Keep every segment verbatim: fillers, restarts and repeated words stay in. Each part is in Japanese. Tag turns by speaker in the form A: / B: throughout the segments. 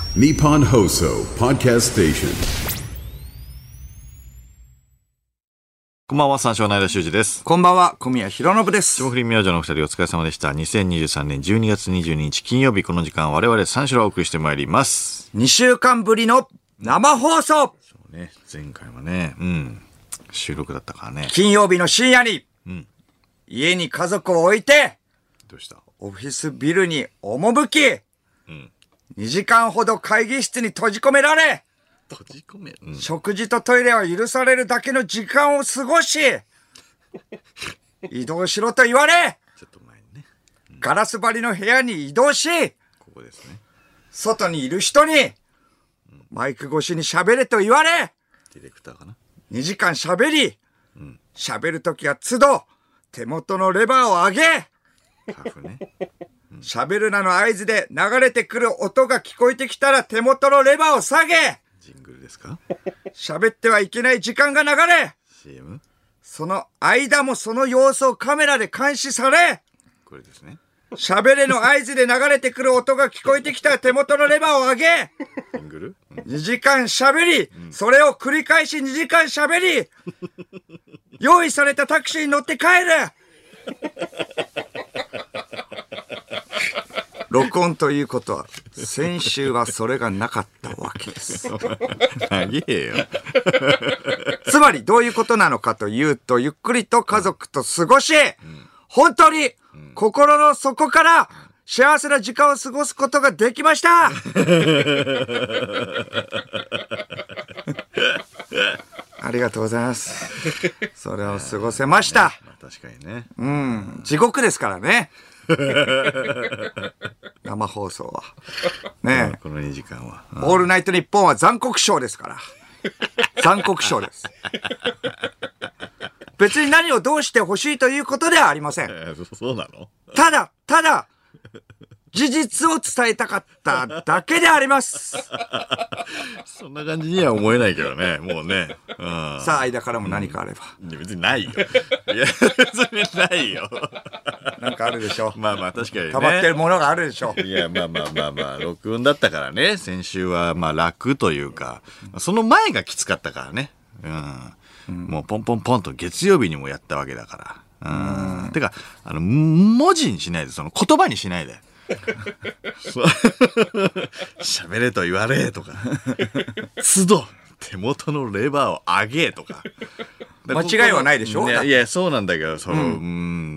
A: Nippon Hoso Podcast Station。
B: こんばんは、三照の間修二です。
C: こんばんは、小宮弘信です。
B: 霜降り明星のお二人お疲れ様でした。にせんにじゅうさんねんじゅうにがつにじゅうににち金曜日、この時間我々三四郎をお送りしてまいります。
C: にしゅうかんぶりの生放送。
B: そうね、前回はね、うん、収録だったからね。
C: 金曜日の深夜に、うん、家に家族を置いて、
B: どうした？
C: オフィスビルに赴き、うん、にじかんほど会議室に閉じ込められ、
B: 閉じ込め、うん、
C: 食事とトイレは許されるだけの時間を過ごし移動しろと言われ、
B: ちょっと前にね、
C: うん、ガラス張りの部屋に移動し、
B: ここですね、
C: 外にいる人に、うん、マイク越しに喋れと言われ、
B: ディレクターかな、
C: にじかん喋り、喋、うん、るときは都度手元のレバーを上げ、
B: タフね、
C: 喋、うん、るなの合図で流れてくる音が聞こえてきたら手元のレバーを下げ、
B: ジングルですか？
C: 喋ってはいけない時間が流れ、
B: シーエム？
C: その間もその様子をカメラで監視され、
B: これですね、
C: 喋れの合図で流れてくる音が聞こえてきたら手元のレバーを上げ、
B: ジングル、うん、
C: にじかん喋り、うん、それを繰り返しにじかん喋り用意されたタクシーに乗って帰る録音ということは先週はそれがなかったわけです
B: 長えよ
C: つまりどういうことなのかというと、ゆっくりと家族と過ごし、うん、本当に心の底から幸せな時間を過ごすことができましたありがとうございます。それを過ごせました、
B: まあ、確かにね、
C: うん、地獄ですからね生放送はねえ、
B: このにじかんは、
C: オールナイトニッポンは残酷賞ですから残酷賞です別に何をどうしてほしいということではありません、
B: えー、そうなの？
C: ただただ事実を伝えたかっただけであります
B: そんな感じには思えないけどね、もうね、うん、
C: さあ間からも何かあれば、
B: うん、別にないよいや別にないよ
C: なんかあるでしょ
B: まあまあ確かにね、
C: 溜まってるものがあるでしょ
B: いやまあまあまあまあ録音だったからね、先週はまあ楽というか、その前がきつかったからね、うんうん、もうポンポンポンと月曜日にもやったわけだから、うん、てかあの文字にしないで、その言葉にしないで喋れと言われとか都度手元のレバーを上げとか
C: 間違いはないでしょ。
B: いやいやそうなんだけど、その、うん、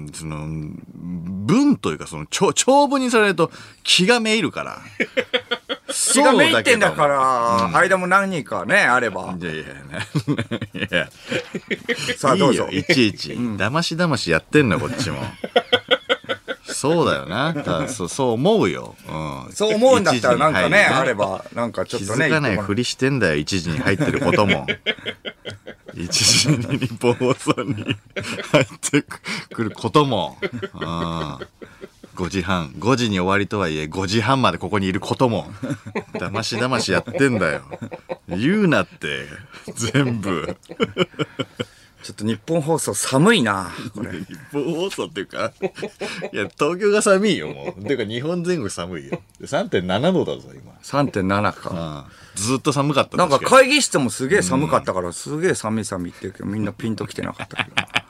B: その文というかその 長, 長文にされると気がめいるから
C: 気がめいってんだから、うん、間も何人かねあれば、
B: いやいやいや
C: さあどうぞ、
B: いいよいちいち、うん、だましだましやってんのこっちもそうだよな、だそ う, そう思うよ、うん、
C: そう思うんだったらなんかねあればなんかちょっとね
B: 気づかないふりしてんだよ、いちじに入ってることもいちじに日本放送に入ってくることも、あごじはんごじに終わりとはいえごじはんまでここにいることもだましだましやってんだよ言うなって全部
C: ちょっと日本放送寒いなこれ
B: 日本放送っていうかいや東京が寒いよもうっていうか日本全国寒いよ さんてんなな 度だぞ今 さんてんなな か、
C: あ
B: あずっと寒かった。
C: なんか会議室もすげえ寒かったから、うん、すげえ寒い寒いって言うけどみんなピンときてなかったけ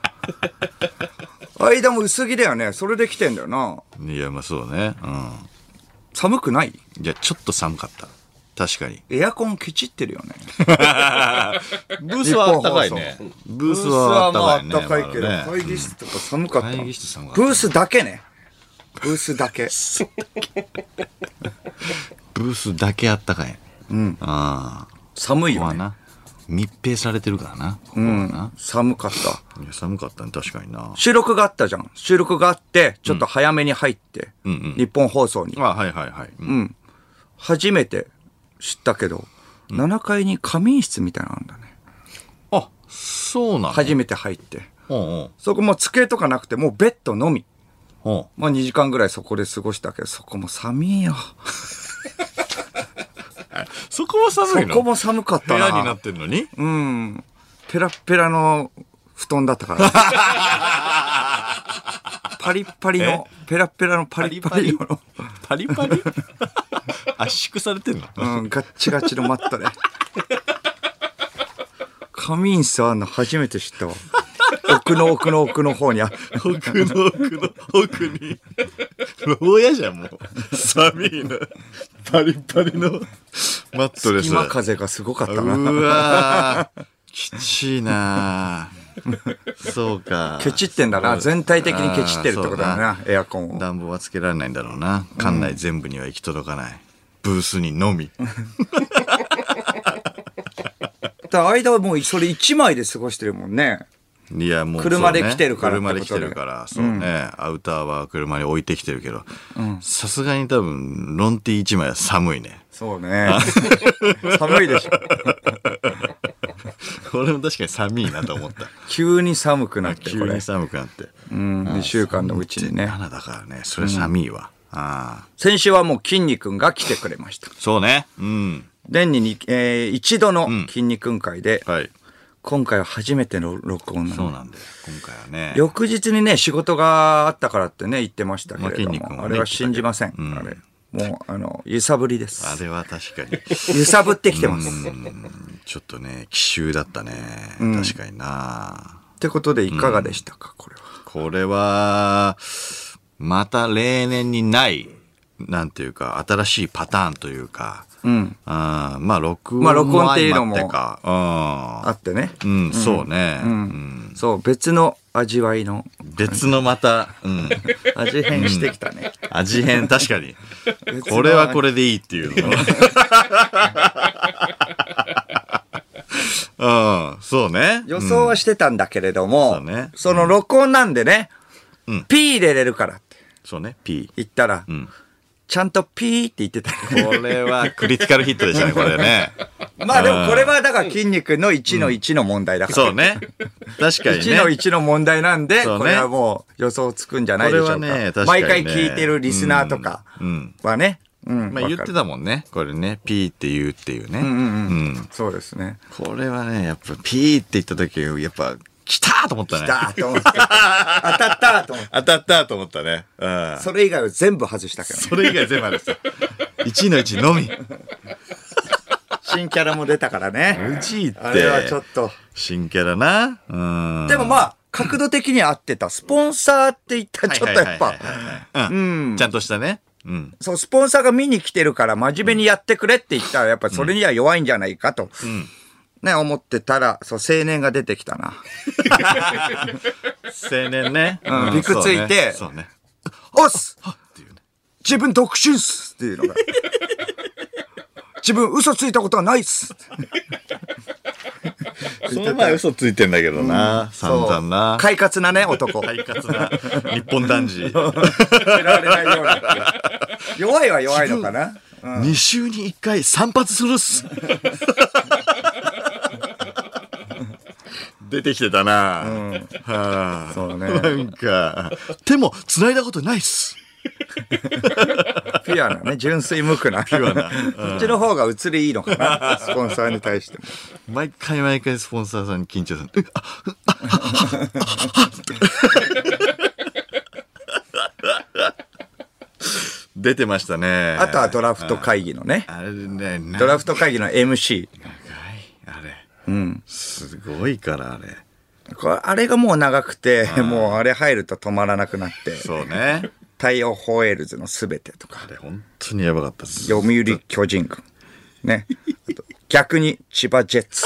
C: ど間も薄着だよね、それで来てんだよな。
B: いやまあそうね、うん、
C: 寒くない？
B: いやちょっと寒かった、確かに。
C: エアコンケチってるよね
B: ブースはあったかいね。ブースはあったかいね。
C: ブースはまああったかいけど、ね、会議室とか寒かった、
B: 会議室寒かった。
C: ブースだけね、ブースだけ
B: ブースだけあったかい。うん、あ
C: 寒いよね。
B: な密閉されてるからな、ここはな、
C: うん、寒かった。
B: いや寒かったね、確かにな。
C: 収録があったじゃん。収録があってちょっと早めに入って、うんうんうん、日本放送に、
B: あはいはいはい、うん、うん、
C: 初めて知ったけど、うん、ななかいに仮眠室みたいなのあるんだね。
B: あ、そうなの？
C: 初めて入って、
B: うんうん、
C: そこも机とかなくてもうベッドのみ、
B: うん、
C: まあにじかんぐらいそこで過ごしたけど、そこも寒いよ
B: そこも寒いの？
C: そこも寒かったな。
B: 部屋になってんのに？
C: うん。ペラッペラの布団だったから。パリッパリの、ペラッペラのパリッパリの。
B: パリパリ圧縮されてんの。
C: うん、ガッチガチのマットで。仮眠室あんの初めて知ったわ。奥の奥の奥の方にあ、
B: 奥の奥の奥に。牢屋じゃん、もう。寒いな。パリパリのマットレス。
C: 隙間風がすごかったな。
B: うわー、きちいな。そうか。
C: ケチってんだな。全体的にケチってるってことだな、エアコンを。
B: 暖房はつけられないんだろうな。館内全部には行き届かない。ブースにのみ。
C: だ間はもうそれ一枚で過ごしてるもんね。
B: いやもう
C: 車で来てるから
B: 車で来てるからそうね、アウターは車に置いてきてるけどさすがに多分ロンティー一枚は寒いね。
C: そうね。寒いでしょ。
B: 俺も確かに寒いなと思った。
C: 急に寒くなって
B: 急に寒くなって
C: にしゅうかんのうちにね。
B: ななだからね、それ寒いわ。あ
C: 先週はもう筋肉が来てくれました。
B: そうね。うん。
C: 年にに、えー、一度の筋肉会で、
B: はい。
C: 今回は初めての録音なの。
B: そうなんだよ。今回はね。
C: 翌日にね、仕事があったからってね、言ってましたけれども。
B: まあ筋肉もね
C: あれは信じません。
B: うん
C: あれ。もう、あの、揺さぶりです。
B: あれは確かに。
C: 揺さぶってきてます。
B: うんちょっとね、奇襲だったね。確かにな。
C: ってことで、いかがでしたか、これは。
B: これは、また例年にない、なんていうか、新しいパターンというか、
C: うん。
B: あまあ、録音
C: まあ録音っていうのも
B: 相まってか
C: あってね。
B: うん、うん、そうね、
C: うん
B: うん
C: そう、別の味わいの。
B: 別のまた、うん、
C: 味変してきたね。
B: 味変、確かに。これはこれでいいっていうの。うん、そうね。
C: 予想はしてたんだけれども、
B: うんそうね
C: その録音なんでね、
B: うん
C: P 入れれるからって
B: そうね、P。
C: 言ったら、
B: ん
C: ちゃんと P って言ってた。
B: これはクリティカルヒットでしたね、これね。
C: まあでもこれはだから筋肉のいちのいちの問題だから。
B: そうね。確かにね。
C: いちのいちの問題なんで、
B: そうね
C: これはもう予想つくんじゃないでしょうか。
B: これはね確か
C: 毎
B: にね
C: 回聞いてるリスナーとか
B: うん
C: はね。うん
B: まあ言ってたもんね。これね、P って言うっていうね。
C: うんうんうん
B: うん
C: そうですね。
B: これはね、やっぱ P って言った時、やっぱ、来たーと思ったね。
C: 来たーと思って。当たったーと思って。
B: 当たったーと思ったね。うん。
C: それ以外は全部外したけどね。
B: それ以外全部あるんですよ。いちのいちのみ。
C: 新キャラも出たからね。
B: うちって。
C: あれはちょっと。
B: 新キャラな。うん。
C: でもまあ、角度的には合ってた。スポンサーって言ったらちょっとやっぱ、
B: はいはいはいはいうん。ちゃんとしたね。うん。
C: そう、スポンサーが見に来てるから真面目にやってくれって言ったら、やっぱそれには弱いんじゃないかと。
B: うん。
C: ね、思ってたら、そう、青年が出てきたな。
B: 青年ね。
C: うんびくついて
B: そうね。
C: おっす
B: そうねっていうね。
C: 自分独身っすっていうのが。自分嘘ついたことはないっす。
B: その前嘘ついてんだけどな。散々な。
C: 快活なね、男。
B: 快活な日本男児。
C: 捨てられないような。弱いは弱いのかな。
B: に週にいっかい散髪するっす。出てきてたな。はあ、
C: そうね
B: なんか、手も繋いだことないっす。
C: ピュアなね、純粋無垢な。
B: ピュアな。
C: こっちの方が映りいいのかな。スポンサーに対しても。
B: 毎回毎回スポンサーさんに緊張する。出てましたね。
C: あとはドラフト会議のね。
B: あれね、
C: ドラフト会議の エムシー。
B: 長いあれ。
C: うん。
B: すごいから、あれ。
C: これあれがもう長くて、もうあれ入ると止まらなくなって。
B: そうね。
C: 太陽ホエールズのすべてとか
B: あ。れ、本当にやばかったです。
C: 読売巨人軍。ね。あと逆に千葉ジェッツ。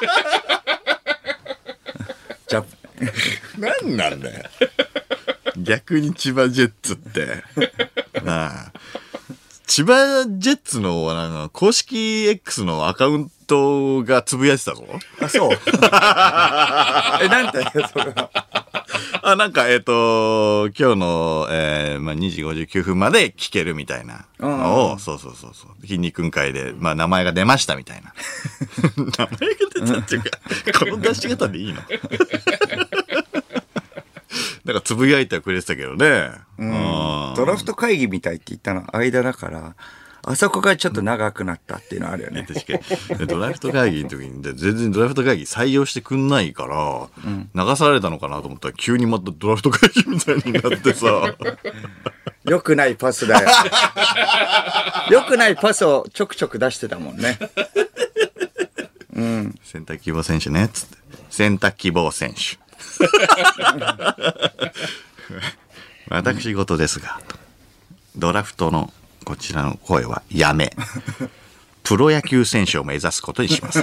C: じゃ、
B: 何なんだよ。逆に千葉ジェッツって。なあ。千葉ジェッツのなんか公式 X のアカウントがつぶやいてたぞ。
C: あ、そう。え、なんて、それは。
B: あ、なんか、えっ、と、今日の、えーまあ、にじごじゅうきゅうふんまで聞けるみたいなのを、そうそうそうそう。筋肉会で、まあ、名前が出ましたみたいな。名前が出たっていうか、この出し方でいいのなんかつぶやいてはくれてたけどね。
C: うん、ドラフト会議みたいって言ったの間だから、あそこがちょっと長くなったっていうのはあるよね。
B: 確かに。ドラフト会議の時に、全然ドラフト会議採用してくんないから、うん、流されたのかなと思ったら、急にまたドラフト会議みたいになってさ。
C: よくないパスだよ。よくないパスをちょくちょく出してたもんね。うん。
B: 選択希望選手ね、つって。選択希望選手。私事ですが、ドラフトのこちらの声はやめ、プロ野球選手を目指すことにします。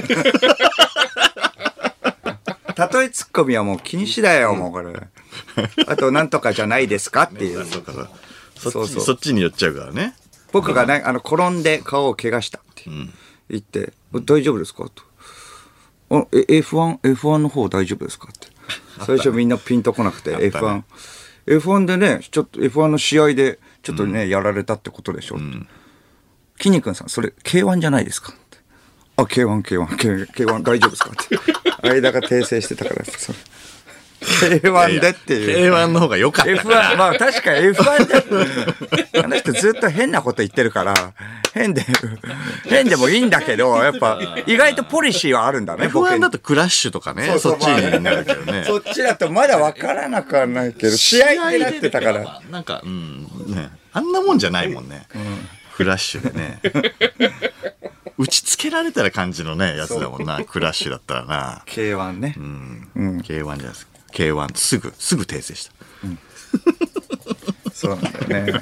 C: たとえツッコミはもう禁止だよ、もうこれ。あと、なんとかじゃないですかっていう。
B: そうかそうそっちそっちに寄っちゃうからね。
C: 僕がね、あの、転んで顔を怪我したって言って、うん、大丈夫ですかと。あ、エフワン、エフワン の方大丈夫ですかって。最初みんなピンとこなくて、ね、エフワン。エフワン でね、ちょっと エフワン の試合で、ちょっとね、うん、やられたってことでしょ。うん、きんに君さん、それ ケーワン じゃないですかって。あ、ケーワン、ケーワン、ケーワン 大丈夫ですかって。間が訂正してたから、それ。ケーワン でっていう。
B: ケーワン の方が良かった。
C: エフワン、まあ確かに エフワン で、あの人ずっと変なこと言ってるから、変で、変でもいいんだけど、やっぱ意外とポリシーはあるんだね。
B: エフワン だとクラッシュとかね、そうそう、そっちになるけどね。
C: そっちだとまだ分からなくはないけど、試合になってたから。
B: なんか、うん、ね、あんなもんじゃないもんね。うん、クラッシュでね。打ちつけられたら感じのね、やつだもんな、クラッシュだったらな。
C: ケーワン ね。
B: うん。うん、ケーワン じゃないですか。ケーワン すぐ、すぐ訂正した。うん、
C: そうなんだよね。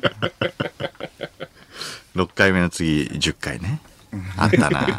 B: ろっかいめの次、じゅっかいね。あったな。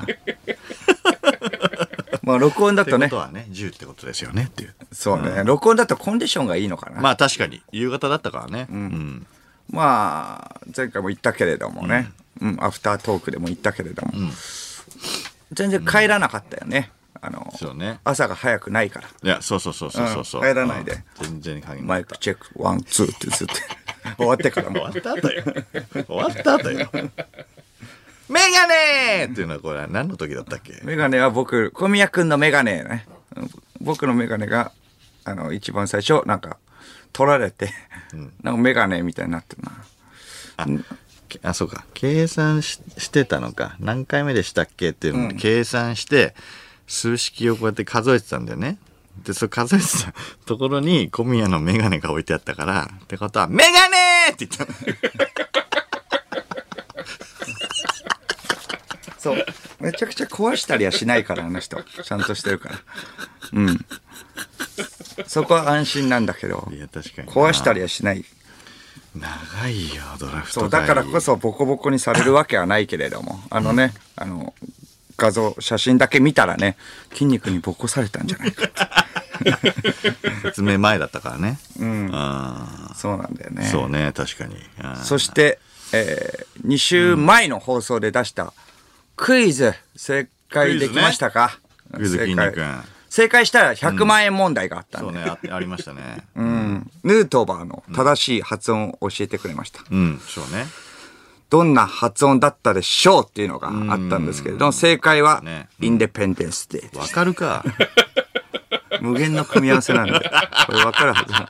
C: まあ、録音だとね。
B: ってことはね、じゅうってことですよねっていう。
C: そうね。うん、録音だとコンディションがいいのかな。
B: まあ確かに。夕方だったからね。
C: うん。うん、まあ、前回も言ったけれどもね。うん、うん、アフタートークでも言ったけれども。うん、全然帰らなかったよね。あの、
B: そうね、朝
C: が早くないから。
B: いや、そうそうそうそうそう、
C: うん、帰らないで。
B: 全然限らない。
C: マイクチェック、ワン、ツーってずっと。終わってからも。
B: 終わった後よ。終わった後よ。メガネーっていうのはこれ何の時だったっけ？
C: メガネは僕、小宮君のメガネね。僕のメガネが、あの、一番最初、なんか、取られて、うん、なんかメガネみたいになってるな。
B: あ、あ、そうか。計算 し, してたのか。何回目でしたっけっていうのを計算して、うん、数式をこうやって数えてたんだよね。で、それ数えてたところに小宮のメガネが置いてあったから、ってことは、メガネーって言ったの。
C: そう。めちゃくちゃ壊したりはしないから、あの人。ちゃんとしてるから。うん。そこは安心なんだけど。
B: いや、確かに。
C: 壊したりはしない。
B: 長いよ、ドラフト。
C: そう、だからこそボコボコにされるわけはないけれども。あのね、あの、画像、写真だけ見たらね、筋肉にボコされたんじゃないかって。
B: 説明前だったからね。
C: うん。あ、そうなんだよね。
B: そうね、確かに。
C: そして、えー、に週前の放送で出したクイズ、正解できましたか？
B: クイズ、筋肉。
C: 正解したらひゃくまんえん問題があったんで、
B: うん、そうね、あ、ありましたね。
C: うん。ヌートバーの正しい発音を教えてくれました。
B: うん、うん、そうね。
C: どんな発音だったでしょうっていうのがあったんですけれども、正解は、ね、インデペンデンスデーです。
B: わかるか。
C: 無限の組み合わせなんで、これわかるはずない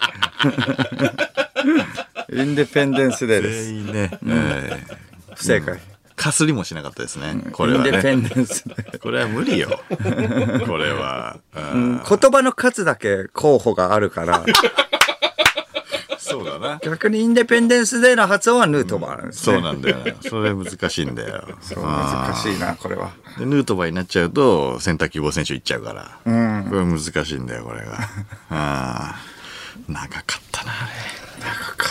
C: 。インデペンデンスデーです。
B: 全員ね。うん、え
C: ー、不正解。うん、
B: かすりもしなかったですね。これはね。
C: インデペンデンスデー。
B: これは無理よ。これは、
C: うん。言葉の数だけ候補があるから。
B: そうだな。
C: 逆にインデペンデンスデーの発音はヌートバーなんですね。
B: うん、そうなんだよ。それ難しいんだよ。
C: そう、難しいな、これは。
B: で、ヌートバーになっちゃうと、選択希望選手いっちゃうから。うん。これ難しいんだよ、これが。ああ。長かったな、あれ。
C: 長かった。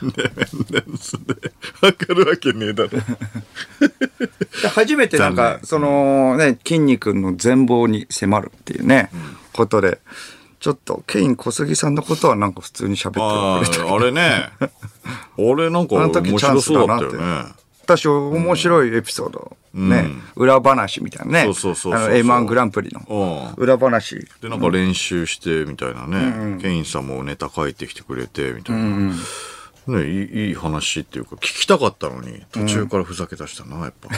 B: インデペンデンスデー。わかるわけねえだろ。
C: 初めてなんか、そのね、筋肉の全貌に迫るっていうね、うん、ことで。ちょっとケイン小杉さんのことはなんか普通に喋ってくれた。
B: あれね。あれなんか面白そうだったよね。
C: 私面白いエピソード、うん、ね、裏話みたいなね。
B: そうそうそうそう。
C: あの エムワン グランプリの裏話。
B: でなんか練習してみたいなね。うん、ケインさんもネタ書いてきてくれてみたいな。うんうん、ね、いい、いい話っていうか聞きたかったのに途中からふざけ出したな、やっぱ。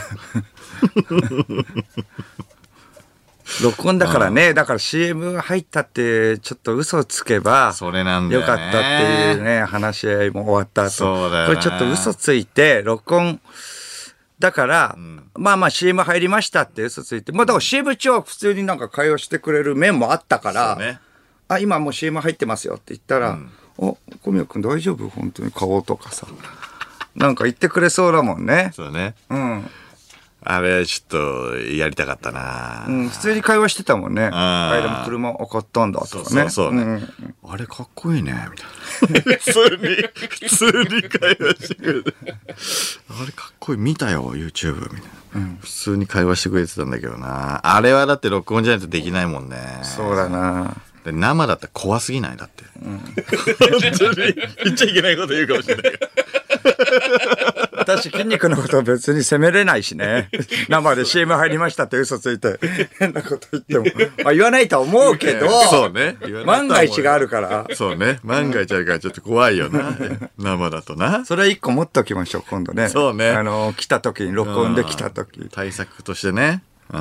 C: 録音だからね、だから シーエム 入ったってちょっと嘘をつけば
B: それなんだよね、
C: よかったっていうね話し合いも終わった後、
B: そうだよね、
C: これちょっと嘘ついて録音だから、うん、まあまあ シーエム 入りましたって嘘ついて、まあだから シーエム 中は普通になんか会話してくれる面もあったから、ね、あ今もう シーエム 入ってますよって言ったら、うん、 小宮君大丈夫本当に顔とかさ。なんか言ってくれそうだもんね。
B: そうね。
C: うん。
B: あれ、ちょっと、やりたかったな、
C: うん、普通に会話してたもんね。あれでも車買ったんだとかね。
B: そうそうそうね、うん。あれかっこいいね、みたいな。普通に、普通に会話してくれて。あれかっこいい、見たよ、YouTube、みたいな、うん。普通に会話してくれてたんだけどな。あれはだって録音じゃないとできないもんね。
C: そうだな。
B: で生だったら怖すぎないだって。うん、本当に言っちゃいけないこと言うかもしれないけど。
C: 私筋肉のことは別に責めれないしね。生で シーエム 入りましたって嘘ついて変なこと言っても、まあ、言わないとは思うけど、
B: そうね、
C: 万が一があるから。
B: そうね、万が一あるからちょっと怖いよな。生だとな。
C: それは一個持っておきましょう今度ね。
B: そうね、
C: あの来た時に録音で来た時
B: 対策としてね。うん、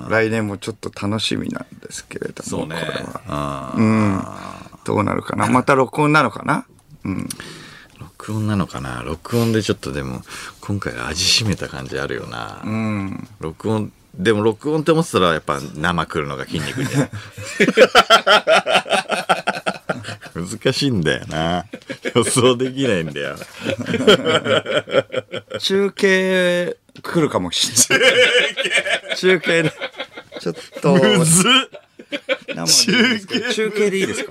C: 来年もちょっと楽しみなんですけれども、
B: そうね、
C: これは、うん、どうなるかな。また録音なのかな。うん、
B: 録音なのかな。録音でちょっとでも今回味しめた感じあるよな。うん、録音でも録音って思ってたらやっぱ生来るのが筋肉に難しいんだよな。予想できないんだよ。
C: 中継来るかもしれない。中継でちょっと
B: むずっ。
C: 中継中継でいいですか。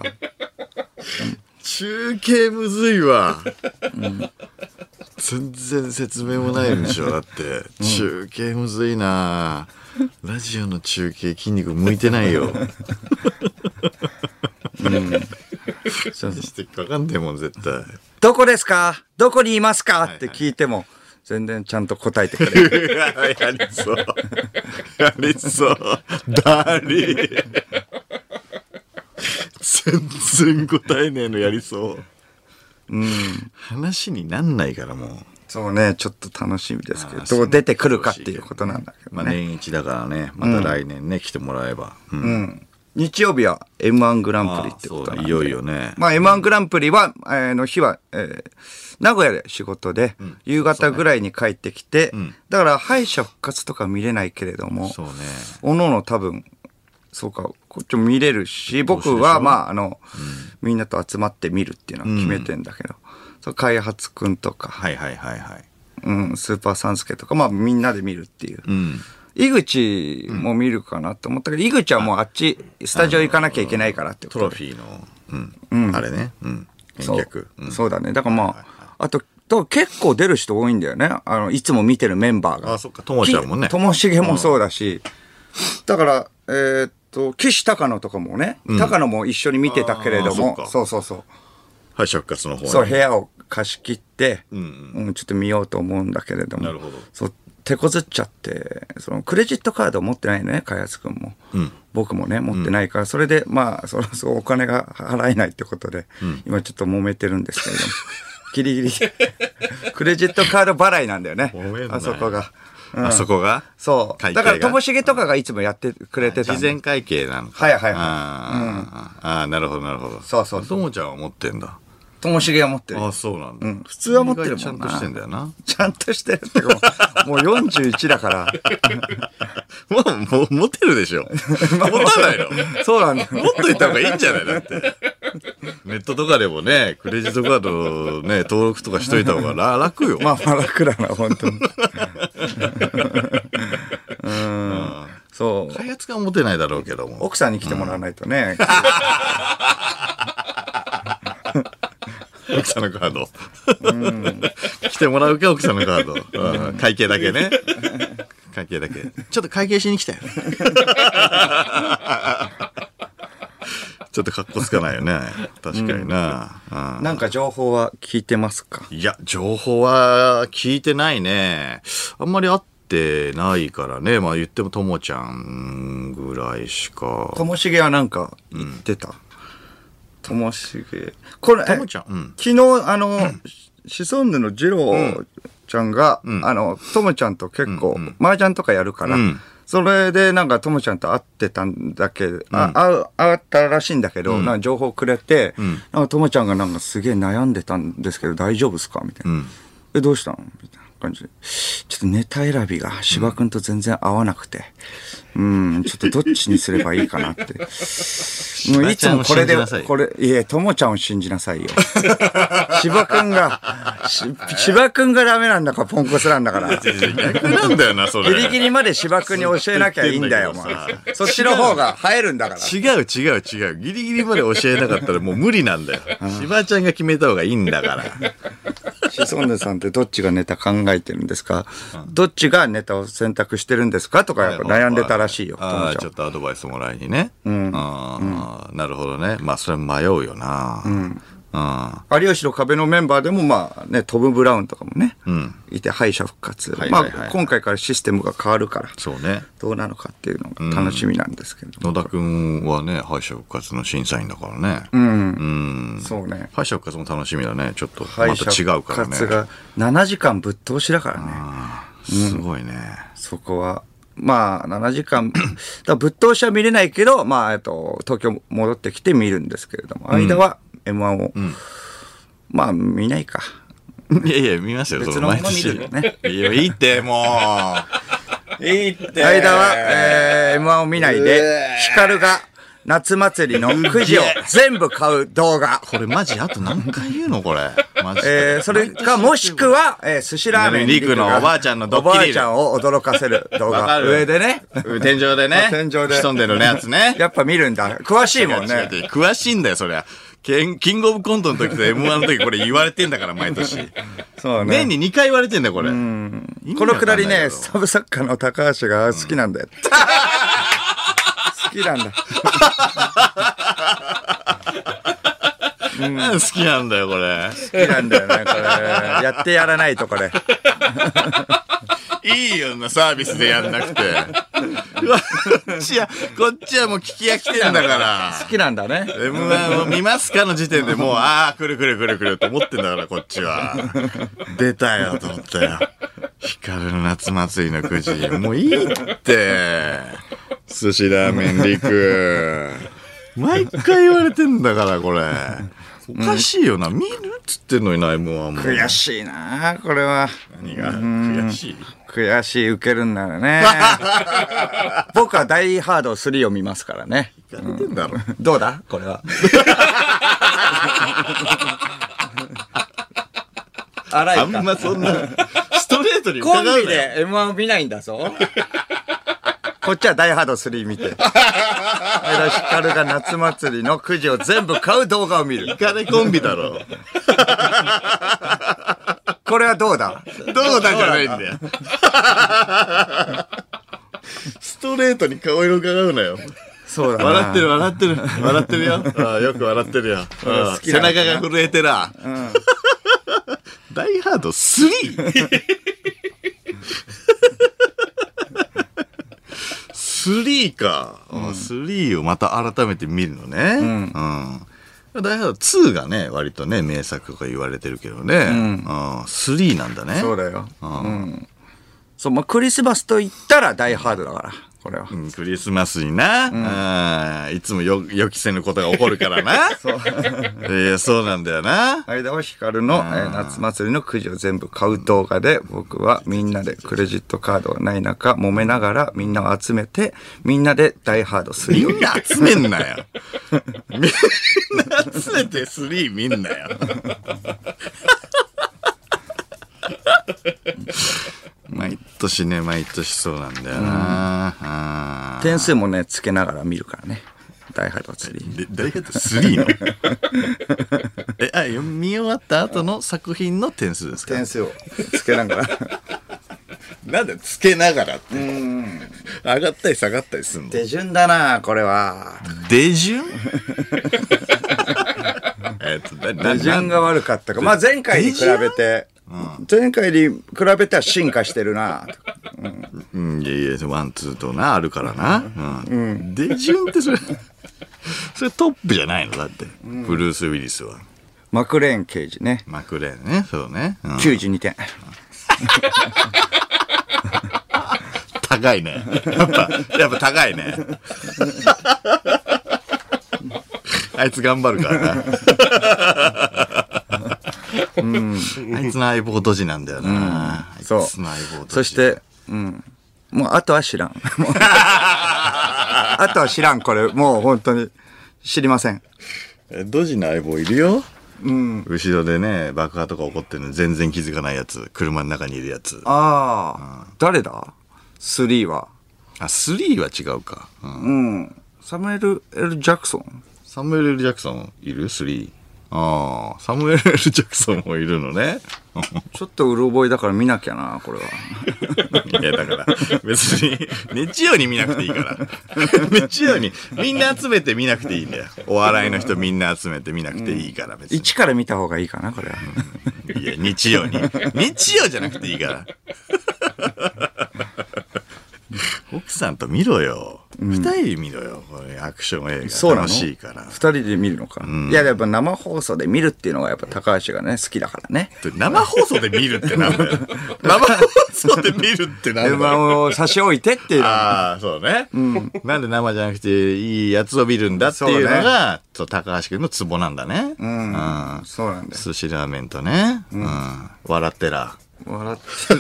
B: 中継むずいわ、うん、全然説明もないんでしょだって、うん、中継むずいな。ラジオの中継筋肉向いてないよ。うん、してかかんねえもん絶対。
C: どこですかどこにいますか、はいはい、って聞いても全然ちゃんと答えてくれる。
B: やりそうやりそうだり全然答えねえのやりそう、うん、話になんないからもう。
C: そうね、ちょっと楽しみですけど、どう出てくるかっていうことなんだけどね。
B: まあ年一だからね、また来年ね、うん、来てもらえば、うんうん、
C: 日曜日は エムワン グランプリってことなんで、
B: いよいよね。
C: まあ エムワン グランプリは、えー、の日は、えー、名古屋で仕事で、うん、夕方ぐらいに帰ってきて、ね、うん、だから敗者復活とか見れないけれども、
B: そうね、
C: おのおの多分そうか、こっちも見れるし、僕はまああの、うん、みんなと集まって見るっていうのは決めてんだけど、うん、そう開発くんとか、
B: はいはいはいはい、
C: うん、スーパーサンスケとか、まあみんなで見るっていう。うん、井口も見るかなと思ったけど、うん、井口はもうあっちスタジオ行かなきゃいけないからってことで。
B: トロフィーの、うんうん、あれね、うん、返却、
C: うん、そうだね。だからまあ、はいはいはい、あとと結構出る人多いんだよね。あのいつも見てるメンバーが。
B: あ、そっか、ともちゃんもね。
C: ともしげもそうだし、うん、だからえー、っと岸高野とかもね、うん、高野も一緒に見てたけれども、そうそうそう。
B: 敗者復活の方、ね、
C: そう部屋を貸し切って、うんうんうん、ちょっと見ようと思うんだけれども、
B: なるほど。
C: そう手こずっちゃって、そのクレジットカード持ってないね、開発くんも、うん、僕もね持ってないから、うん、それでまあそろそろお金が払えないってことで、うん、今ちょっと揉めてるんですけれどもギリギリクレジットカード払いなんだよね、あそこが、
B: うん、あそこが
C: そうだからともしげとかがいつもやってくれてたん
B: 事前会計なのか。
C: はいはいはい、
B: あ、うん、あ、なるほどなるほど。
C: そうそう
B: ともちゃんは持ってんだ。
C: ともしげは持ってる。
B: あ、そうなんだ、うん、
C: 普通は持ってるもんな。
B: ちゃんとしてんだよな。
C: ちゃんとしてるってもう、もうよんじゅういちだから
B: もうもう持てるでしょ。持たないの。
C: そうなんだ。
B: 持っといた方がいいんじゃないだってネットとかでもね、クレジットカードね登録とかしといた方が楽よ。
C: まあまあ楽だな本当にうん、そう。
B: 開発が持てないだろうけども、
C: 奥さんに来てもらわないとね、
B: うん、奥さんのカード、うん、来てもらうか奥さんのカード、うん、会計だけね会計だけちょっと会計しに来たよちょっとかっこつかないよね。確かにな、
C: うんうん、なんか情報は聞いてますか？
B: いや情報は聞いてないね。あんまり会ってないからね。まあ言ってもともちゃんぐらいしか。
C: ともしげはなんか言ってた？ともしげこれ
B: ともちゃん、うん、
C: 昨日あの、うん、シソンヌのジローちゃんが、うん、あのともちゃんと結構、うんうん、麻雀とかやるから、うん、それでなんかともちゃんと会ってたんだけど、うん、あ会う会ったらしいんだけど、うん、なんか情報くれて、うん、なんかともちゃんがなんかすげえ悩んでたんですけど大丈夫っすかみたいな、うん、えどうしたのみたいな感じで。ちょっとネタ選びが芝くんと全然合わなくて。うん、ちょっとどっちにすればいいかなって。もういつもこれで、これ、いえ、ともちゃんを信じなさいよ。芝くんが、し芝くんがダメなんだから、ポンコツなんだから。
B: 逆なんだよな、それ。
C: ギリギリまで芝くんに教えなきゃいいんだよ、お前。そっちの方が映えるんだから。
B: 違う違う違う。ギリギリまで教えなかったらもう無理なんだよ。芝ちゃんが決めた方がいいんだから。
C: シソンヌさんってどっちがネタ考えてるんですか、うん、どっちがネタを選択してるんですかとかやっぱ悩んでたらしいよ。
B: ああ、ちょっとアドバイスもらいにね。うん。あうん、なるほどね。まあ、それ迷うよな。うん。うん、
C: 有吉の壁のメンバーでもまあね、トム・ブラウンとかもね、うん、いて敗者復活。はいはいはい、まあ今回からシステムが変わるから、
B: そうね。
C: どうなのかっていうのが楽しみなんですけど。
B: うん、野田くんはね、敗者復活の審査員だからね。
C: うん。うん、そうね。
B: 敗者復活も楽しみだね。ちょっとまた違うからね。敗者復活が
C: ななじかんぶっ通しだからね。
B: すごいね、うん。
C: そこは。まあ、ななじかん、だぶっ通しは見れないけど、まあ、えっと、東京戻ってきて見るんですけれども、うん、間は エムワン を、うん、まあ、見ないか。
B: いやいや、見ますよ、
C: 別のもの見るよね。
B: いや、いいって、もう。いいって。
C: 間は、えー、エムワン を見ないで、ヒカルが、夏祭りのくじを全部買う動画。
B: これマジあと何回言うのこれ。マジ
C: えー、それかもしくは、えー、寿司ラーメン
B: リクのおばあちゃんのドッキリ。
C: おばあちゃんを驚かせる動画。上でね。
B: 天井でね。
C: 天井で。
B: 潜んでるやつね。
C: やっぱ見るんだ。詳しいもんね。
B: 詳しいんだよ、そりゃ。キングオブコントの時と エムワン の時これ言われてんだから、毎年。そうね。年ににかい言われてんだよ、これ。こ
C: のくだりね、サブ作家の高橋が好きなんだよ。好きなんだ。
B: うん、好きなんだよ、これ。
C: 好きなんだよね、これ。やってやらないと、これ。
B: いいよな、サービスでやんなくて。こっちは、こっちはもう聞き飽きてんだから。
C: 好きなんだね。
B: エムワン を見ますかの時点でもう、ああ、来る来る来る来ると思ってんだから、こっちは。出たよ、と思ったよ。ヒカルの夏祭りのくじ。もういいって。寿司ラーメンリク。毎回言われてんだから、これ。おかしいよな。見るっつってんのにな、エムワン も。
C: 悔しいな、これは。
B: 何が悔しい
C: 悔しい、受けるんならね。僕はダイハードスリーを見ますからね。
B: いかれてんだろ。
C: どうだこれは。荒いか。
B: あんまそんな、ストレートに
C: コンビで エムワン を見ないんだぞ。こっちはダイハードスリー見て。間ヒカルが夏祭りのくじを全部買う動画を見る。
B: イカレコンビだろ。
C: これはどうだ
B: どうだじゃないんだよ。ストレートに顔色伺うなよ。
C: そうだな。
B: 笑ってる笑ってる。笑ってるよ。ああよく笑ってるよ。背中が震えてら。うん、ダイハードスリースリーか、うん、スリーをまた改めて見るのね。うん。うん、ダイハードツーがね、割とね、名作とか言われてるけどね。うん。スリーなんだね。
C: そうだよ。うん。うん、そう、まあ、クリスマスと言ったらダイハードだから。これは、
B: うん、クリスマスにな、うん、あいつもよ予期せぬことが起こるからな。そういやそうなんだよな。
C: 間はヒカルの、えー、夏祭りのくじを全部買う動画で、僕はみんなでクレジットカードがない中揉めながらみんなを集めてみんなでダイハードスリー。
B: みんな集めんなよ。みんな集めてスリー見んなよ。毎年ね毎年そうなんだよな、
C: うん、点数もねつけながら見るからね。ダイハードスリー。
B: ダイハードスリーのえあ見終わった後の作品の点数ですか。
C: 点数をつけながら
B: なんでつけながらって。うん上がったり下がったりするの。
C: 手順だなこれは。
B: 手順
C: えっと手順が悪かったか。まあ前回に比べてうん、前回に比べては進化してるな、
B: うん、いやいやワンツーとなあるからな、うんうん、出順ってそれそれトップじゃないのだって、うん、ブルース・ウィリスは
C: マクレーン刑事ね。
B: マクレーンねそうね、うん、
C: きゅうじゅうにてん
B: 高いねやっぱやっぱ高いねあいつ頑張るからなうん、あいつの相棒ドジなんだよな、うん、あ
C: そう。
B: スナイボー
C: そして、うん。もうあとは知らん。もうあとは知らん、これ。もう本当に知りません。
B: ドジの相棒いるよ。
C: うん。
B: 後ろでね、爆破とか起こってるの全然気づかないやつ。車の中にいるやつ。
C: ああ、うん、誰だ ?スリー は。
B: あ、スリーは違うか。
C: うん。うん、サムエル・エル・ジャクソン
B: サムエル・エル・ジャクソンいる ?スリー。ああ、サムエル・エル・ジャクソンもいるのね。
C: ちょっとうる覚えだから見なきゃな、これは。
B: いや、だから、別に、日曜に見なくていいから。日曜に、みんな集めて見なくていいんだよ。お笑いの人みんな集めて見なくていいから、別に。
C: 一から見た方がいいかな、これは。
B: いや、日曜に。日曜じゃなくていいから。奥さんと見ろよ。二、うん、人で見ろよ。これアクション映画楽しいから。
C: 二人で見るのか、うん。いや、やっぱ生放送で見るっていうのがやっぱ高橋がね、好きだからね。
B: 生放送で見るってなんだよ。生放送で見るってなんだよ。
C: 馬を差し置いてっていうの。
B: ああ、そうね、うん。なんで生じゃなくていいやつを見るんだっていうのが、そうね、高橋君のツボなんだね。
C: うん。うん、そうなんだよ。
B: 寿司ラーメンとね。うん。うん、笑ってら。
C: 笑ってる。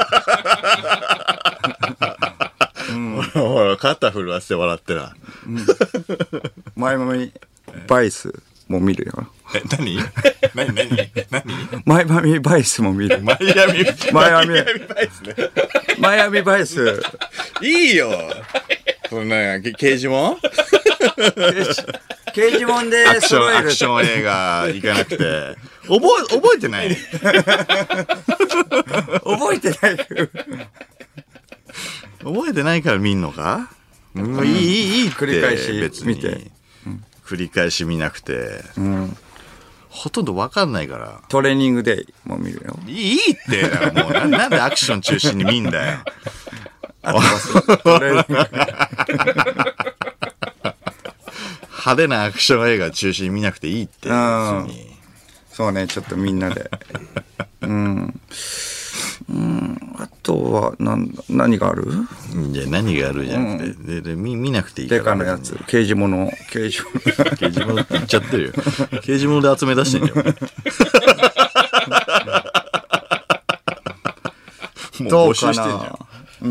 B: うん、ほら肩震わせて笑ってら、うん、
C: 前髪バイスも見るよ。
B: え、何何何何
C: 前髪バイスも見る。
B: マイアミ
C: マイアミ
B: バイスね。
C: マイアミバイス
B: いいよ。そんな刑事もん
C: 刑事もんで
B: アクションアクション映画行かなくて覚え覚えてない
C: 覚えてない
B: 覚えてないから見んのか、うん、いいいいいいって
C: 繰り返し
B: 別に
C: 見て、
B: うん、繰り返し見なくて、うん、ほとんど分かんないから。
C: トレーニングデイも見るよ。
B: いいってもう な, なんでアクション中心に見んだよ。
C: あとはトレーニング
B: 派手なアクション映画中心に見なくていいって別に。
C: そうね、ちょっとみんなでうんうん、あとは何何がある？
B: いや何があるじゃなくて、うん、でで 見, 見なくていいから。
C: デカのやつ、刑事物、刑事物、
B: 刑事物って言っちゃってるよ。刑事物で集め出してんじゃん。もう募集してんじゃん。うん。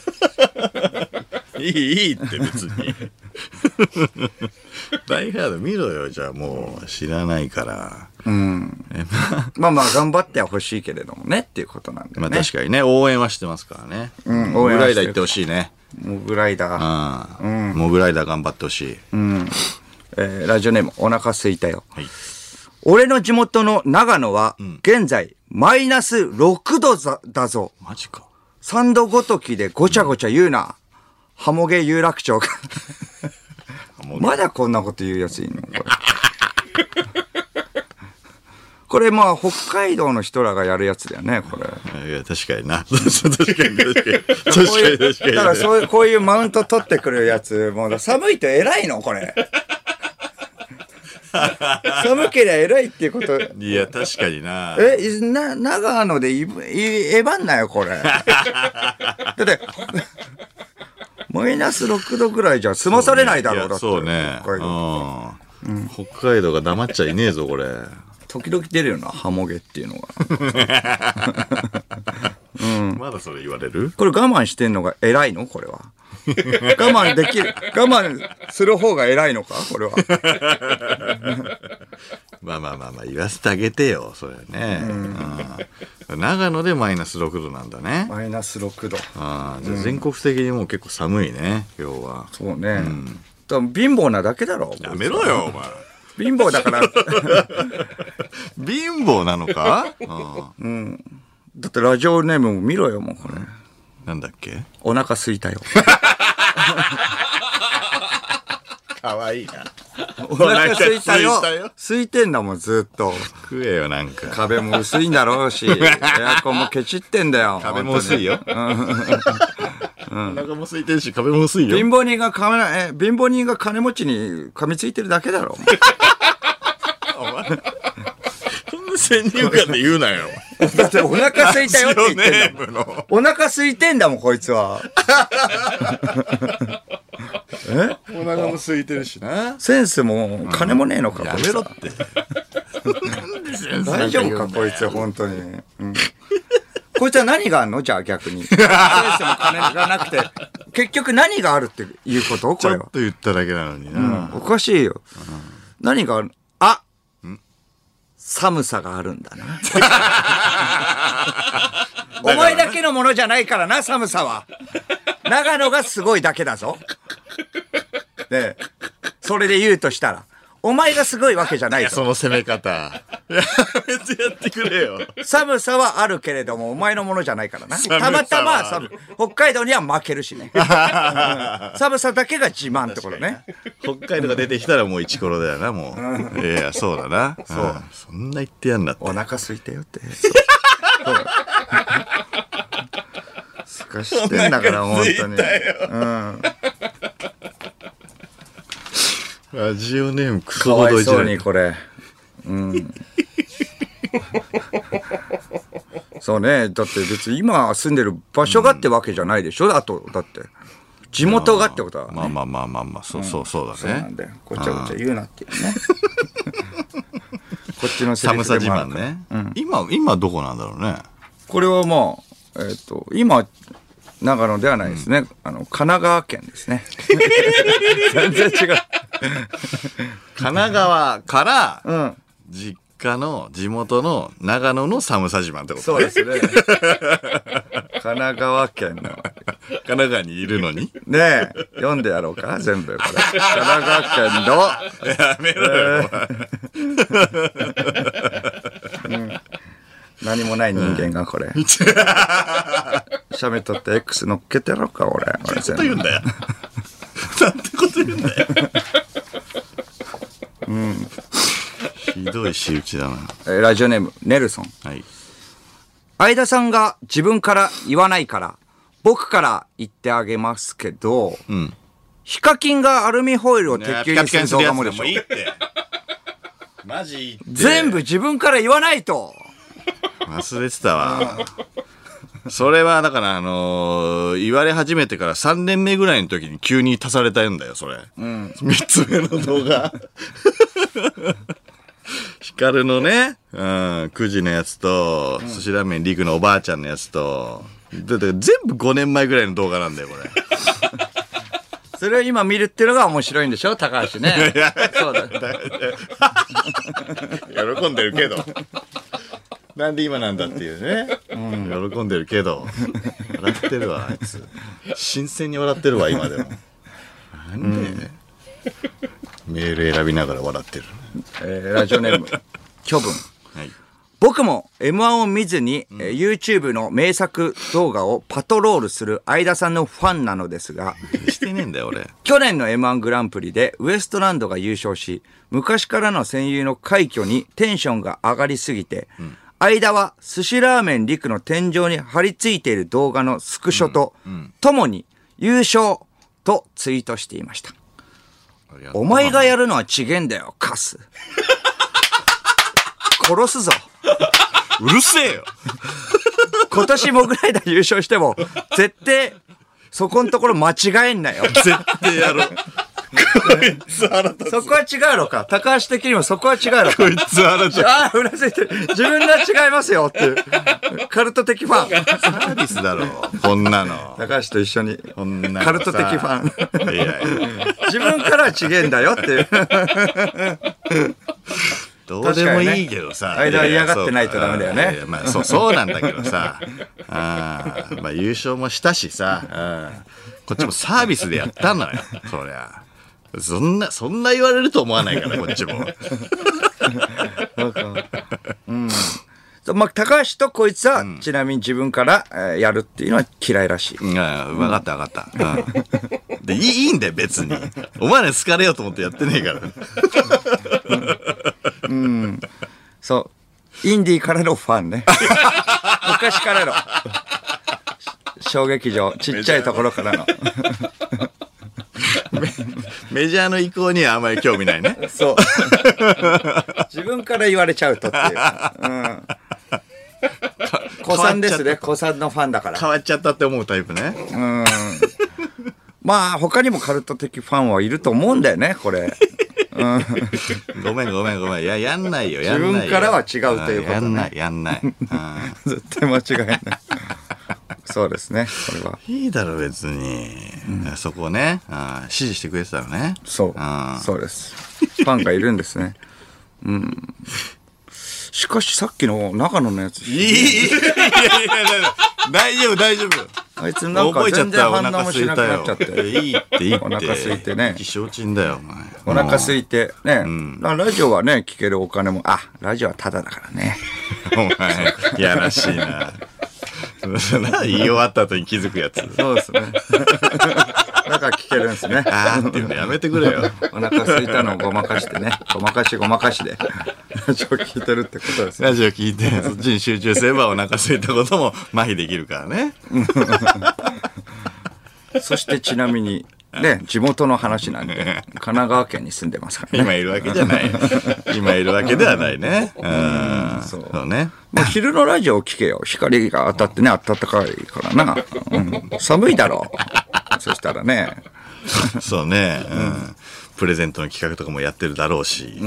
B: いいいいって別に。ダイハード見ろよ。じゃあもう知らないから。
C: うん、まあまあ頑張ってはほしいけれどもねっていうことなんでね。
B: まあ確かにね、応援はしてますからね。うん、モグライダー行ってほしいね。
C: モグライダー。
B: うん。モグライダー頑張ってほしい。
C: うん。えー、ラジオネームお腹すいたよ。はい。俺の地元の長野は現在マイナスろくどだぞ。
B: マジか。
C: さんどごときでごちゃごちゃ言うな。ハモゲ有楽町が。まだこんなこと言うやついんのこれ。これまあ北海道の人らがやるやつだよねこれ。
B: いや確かにな。確かに確かに確かに確かに。
C: だからそういうこういうマウント取ってくるやつもう寒いと偉いのこれ。寒けりゃ偉いっていうこと。
B: いや確かにな。
C: えな長野でいえばんなよこれ。だってマイナスろくどぐらいじゃ済まされないだろう。だって
B: そうね。北海道、うん、北海道が黙っちゃいねえぞこれ。
C: 時々出るよなハモゲっていうのが、
B: うん、まだそれ言われる？
C: これ我慢してんのが偉いのこれは。我慢できる我慢する方が偉いのかこれは。
B: まあまあまあまあ言わせてあげてよそれね、うんうん、長野でマイナスろくどなんだね。
C: マイナスろくど。
B: あじゃあ全国的にもう結構寒いね今日は。
C: そうね、うん、多分貧乏なだけだろ。
B: やめろよお前。
C: 貧乏だから。
B: 貧乏なのか、
C: うん、だってラジオネームも見ろよもうこれ、うん、
B: なんだっけ。
C: お腹すいたよ。
B: かわいいな。
C: お腹すいたよ。空いてんだもんずっと。
B: 食えよなんか。
C: 壁も薄いんだろうし、エアコンもケチってんだよ。
B: 壁も薄いよ。うん、お腹も空いてるし壁も薄いよ。
C: 貧乏人が金え貧乏人が金持ちに噛みついてるだけだろ。
B: お前そんな先入観で言うなよ。
C: だってお腹空いたよって言ってんだもん。お腹空いてんだもんこいつは。
B: えお腹も空いてるしな。
C: センスも金もねえのか、うん、
B: やめろって。
C: 大丈夫かこいつ本当に、うん、 こいつは何があんのじゃあ逆に。ストレスも金がなくて。結局何があるっていうことこれは。
B: ちょっと言っただけなのにな。
C: うん、おかしいよ。うん、何があるあ寒さがあるんだな。お前だけのものじゃないからな、寒さは。長野がすごいだけだぞ。ね、それで言うとしたら。お前がすごいわけじゃないぞ。
B: その攻め方。やめてやってくれよ。
C: 寒さはあるけれども、お前のものじゃないからな。たまたま寒、北海道には負けるしね。うん、寒さだけが自慢ってことね。
B: 北海道が出てきたらもうイチコロだよな、もう。いや、そうだな。そう。そんな言ってやんだって。
C: お腹空いたよって。すかしてんだから、本当に。うん。
B: ラジオネームク
C: ソほどいじられてかわいそうにこれ。うん。そうね。だって別に今住んでる場所がってわけじゃないでしょ。あとだって地元がってことは、ね。
B: まあまあまあまあまあそうそうそうだね。
C: そうなんだよ。ごちゃごちゃ言うなっていうね。こっちのセリフ
B: 寒さ自慢ね。うん、今今どこなんだろうね。
C: これはまあえっと今。長野ではないですね。うん、あの神奈川県ですね。全然違う。神
B: 奈川から、
C: うん、
B: 実家の地元の長野の寒さ自慢ってこと
C: そうですね。神奈川県の
B: 神奈川にいるのに
C: ねえ読んでやろうか全部これ。神奈川県の
B: やめろよ、
C: えーうん何もない人間がこれ。写メ撮って X 乗っけてやろうか、俺。
B: なんてこと言うんだよ。なんてこと言うんだよ。
C: うん。
B: ひどい仕打ちだな。
C: えー、ラジオネーム、ネルソン。
B: はい。
C: 相田さんが自分から言わないから、僕から言ってあげますけど、
B: うん。
C: ヒカキンがアルミホイルを鉄球にする動画もでしょ。
B: いいって。マジいいって。
C: 全部自分から言わないと。
B: 忘れてたわ。それはだからあのー、言われ始めてからさんねんめぐらいの時に急に足されたんだよそれ、うん、みっつめの動画ヒカルのね、うん、くじのやつと、うん、寿司ラーメンリクのおばあちゃんのやつとだって全部ごねんまえぐらいの動画なんだよこれ。
C: それを今見るっていうのが面白いんでしょ高橋ね。そうだ
B: 喜んでるけどなんで今なんだっていうね、うん、喜んでるけど笑ってるわあいつ新鮮に笑ってるわ今でもなんで、うん、メール選びながら笑ってる、
C: えー、ラジオネーム巨文、はい、僕も エムワン を見ずに、うん、YouTube の名作動画をパトロールする相田さんのファンなのですが
B: してねえんだよ俺。
C: 去年の エムワン グランプリでウエストランドが優勝し昔からの戦友の快挙にテンションが上がりすぎて、うん間は寿司ラーメンリクの天井に貼り付いている動画のスクショと、うんうん、ともに優勝とツイートしていました。お前がやるのは違えんだよカス。殺すぞ。
B: うるせえよ。
C: 今年モグライダー優勝しても絶対そこんところ間違えんなよ。
B: 絶対やろう。こいつ腹立つ。
C: そこは違うのか。高橋的にもそこは違うのか。
B: こいつ腹立つ。
C: ああ、うなずいてる。自分が違いますよっていう。カルト的ファン。
B: サービスだろ。こんなの。
C: 高橋と一緒に。
B: こんな
C: カルト的ファン。
B: いやいや
C: 自分からは違えんだよっていう。
B: どうでもいいけどさ。
C: 間は嫌がってないとダメだよね。いやいや
B: まあ、そう、そうなんだけどさ。あまあ優勝もしたしさ。こっちもサービスでやったのよ。そりゃ。そんな、そんな言われると思わないから、こっちも。
C: うん。まあ、高橋とこいつは、うん、ちなみに自分から、えー、やるっていうのは嫌いらしい。
B: うん、分かった分かった。うん、でいい、いいんだよ、別に。お前ら好かれようと思ってやってねえから。
C: うん。そう。インディーからのファンね。昔からの。小劇場、ちっちゃいところからの。
B: メジャーの意向にはあんまり興味ないね。
C: そう。自分から言われちゃうとっていう。うん。子さんですね。子さんのファンだから。
B: 変わっちゃったって思うタイプね。
C: うん。まあ他にもカルト的ファンはいると思うんだよね。これ。う
B: ごめんごめんごめん。いや、やんないよ、やんないよ。
C: 自分からは違うということね。
B: やんない、やんない。
C: 絶対間違いない。そうですね、これは。
B: いいだろ、別に。うん、そこをね、支持してくれてたのね。
C: そう。そうです。ファンがいるんですね。うん。しかしさっきの長野のやつ。いいいやいやいや
B: 大丈夫大丈夫。
C: あいつなんか全然反応もしなくなっちゃって。
B: いいっていいって。
C: お腹空いてね。
B: 気象鎮だよ、お前。
C: お腹空いてね、うん、ラジオはね聞けるお金も、あ、ラジオはタダだからね。
B: お前やらしいな。言い終わった後に気づくやつ。
C: そうですね。だから聞けるんですね。
B: あーっていうのやめてくれよ。
C: お腹空いたのをごまかしてね、ごまかしごまかしでラジオ聞いてるってことですね。
B: ラジオ聞いてそっちに集中すればお腹空いたことも麻痺できるからね。
C: そしてちなみにね、地元の話なんで神奈川県に住んでますからね。
B: 今いるわけじゃない。今いるわけではないね。うん、そうそうね。
C: もう昼のラジオを聞けよ。光が当たってね、暖かいからな。うん、寒いだろう。そしたらね。
B: そうね、うん。プレゼントの企画とかもやってるだろうし。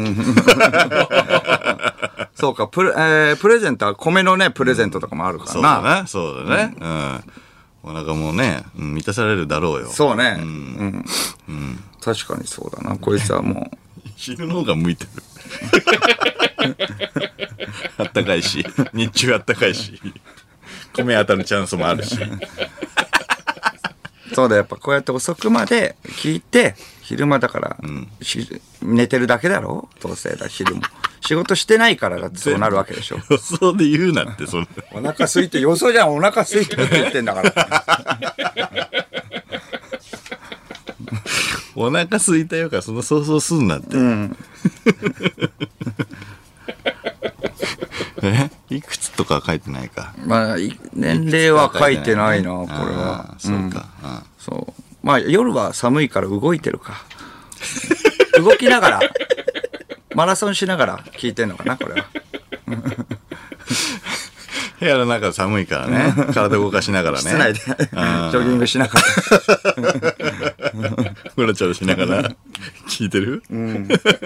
C: そうか、プレ、えー、プレゼントは米のね、プレゼントとかもあるからな。
B: そうだね。そうだね。うん。お腹もね、満たされるだろうよ。
C: そうね。うん。うんうん、確かにそうだな。こいつはもう。
B: 昼の方が向いてる。あったかいし、日中あったかいし、米当たるチャンスもあるし。
C: そうだ、やっぱこうやって遅くまで聞いて、昼間だから、うん、寝てるだけだろ、どうせだ、昼も。仕事してないからだってそうなるわけでしょ。
B: 予想で言うなって、それ。
C: お腹空いて、予想じゃん、お腹空いてるって言ってんだから。
B: お腹空いたよからその想像すんなって。うん、えいくつとか書いてないか。
C: まあ年齢は書いてないな、これは。
B: そうか、うん、
C: そう。まあ夜は寒いから動いてるか。動きながらマラソンしながら聞いてんのかな、これは。
B: 部屋の中寒いからね、体動かしながらね、
C: 室内でジョギングしながら
B: うろちょろしながら聞いてる、うん、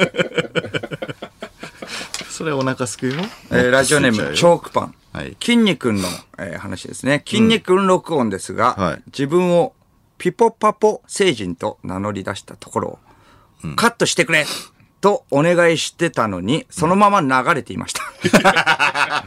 B: それお腹すくよ、
C: えー、ラジオネームチョークパン、はい、筋肉の、えー、話ですね。筋肉録音ですが、うんはい、自分をピポパポ星人と名乗り出したところを、うん、カットしてくれとお願いしてたのにそのまま流れていました。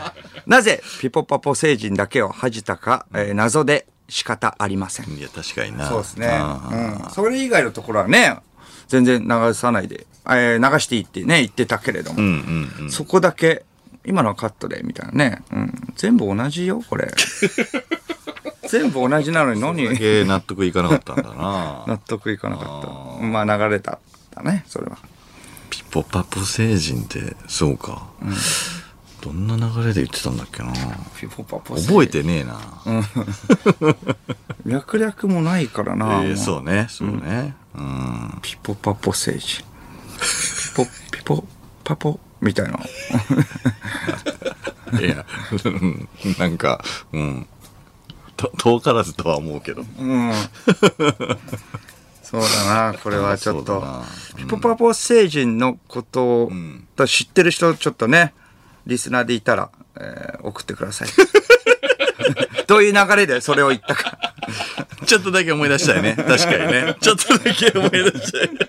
C: なぜピポパポ星人だけを恥じたか、えー、謎で仕方ありません。
B: いや確かにな。
C: そうですね、うん、それ以外のところはね全然流さないで、えー、流していいってね言ってたけれども、うんうんうん、そこだけ今のはカットでみたいなね、うん、全部同じよこれ。全部同じなのに何
B: だけ納得いかなかったんだな。
C: 納得いかなかった。まあ流れただね、それは。
B: ピポパポ星人ってそうか、うん、どんな流れで言ってたんだっけな。
C: ピポパポ
B: 覚えてねえな、うん、
C: 略略もないからな、
B: えー、そうねそうね、うんうん、
C: ピポパポ星人ピポピポパポみたいな。
B: いやなんかうん遠からずとは思うけど、うんそうだな、これはちょっと、うん、ピポパポ星人のことを、うん、知ってる人ちょっとねリスナーでいたら、えー、送ってください。どういう流れでそれを言ったか。ちょっとだけ思い出したよね。確かにね。ちょっとだけ思い出したよね。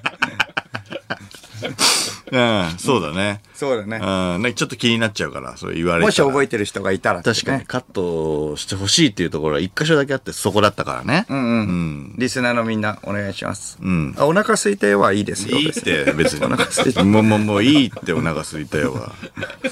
B: うん、そうだね。そうだね。うん、ね、ちょっと気になっちゃうから、それ言われて。もし覚えてる人がいたら、ね。確かに、カットしてほしいっていうところは一箇所だけあって、そこだったからね。うんうん。うん、リスナーのみんな、お願いします。うん。あ、お腹空いたよはいいですよ。いいって、別に。お腹空いた。もう、もう、もういいって、お腹空いたよは。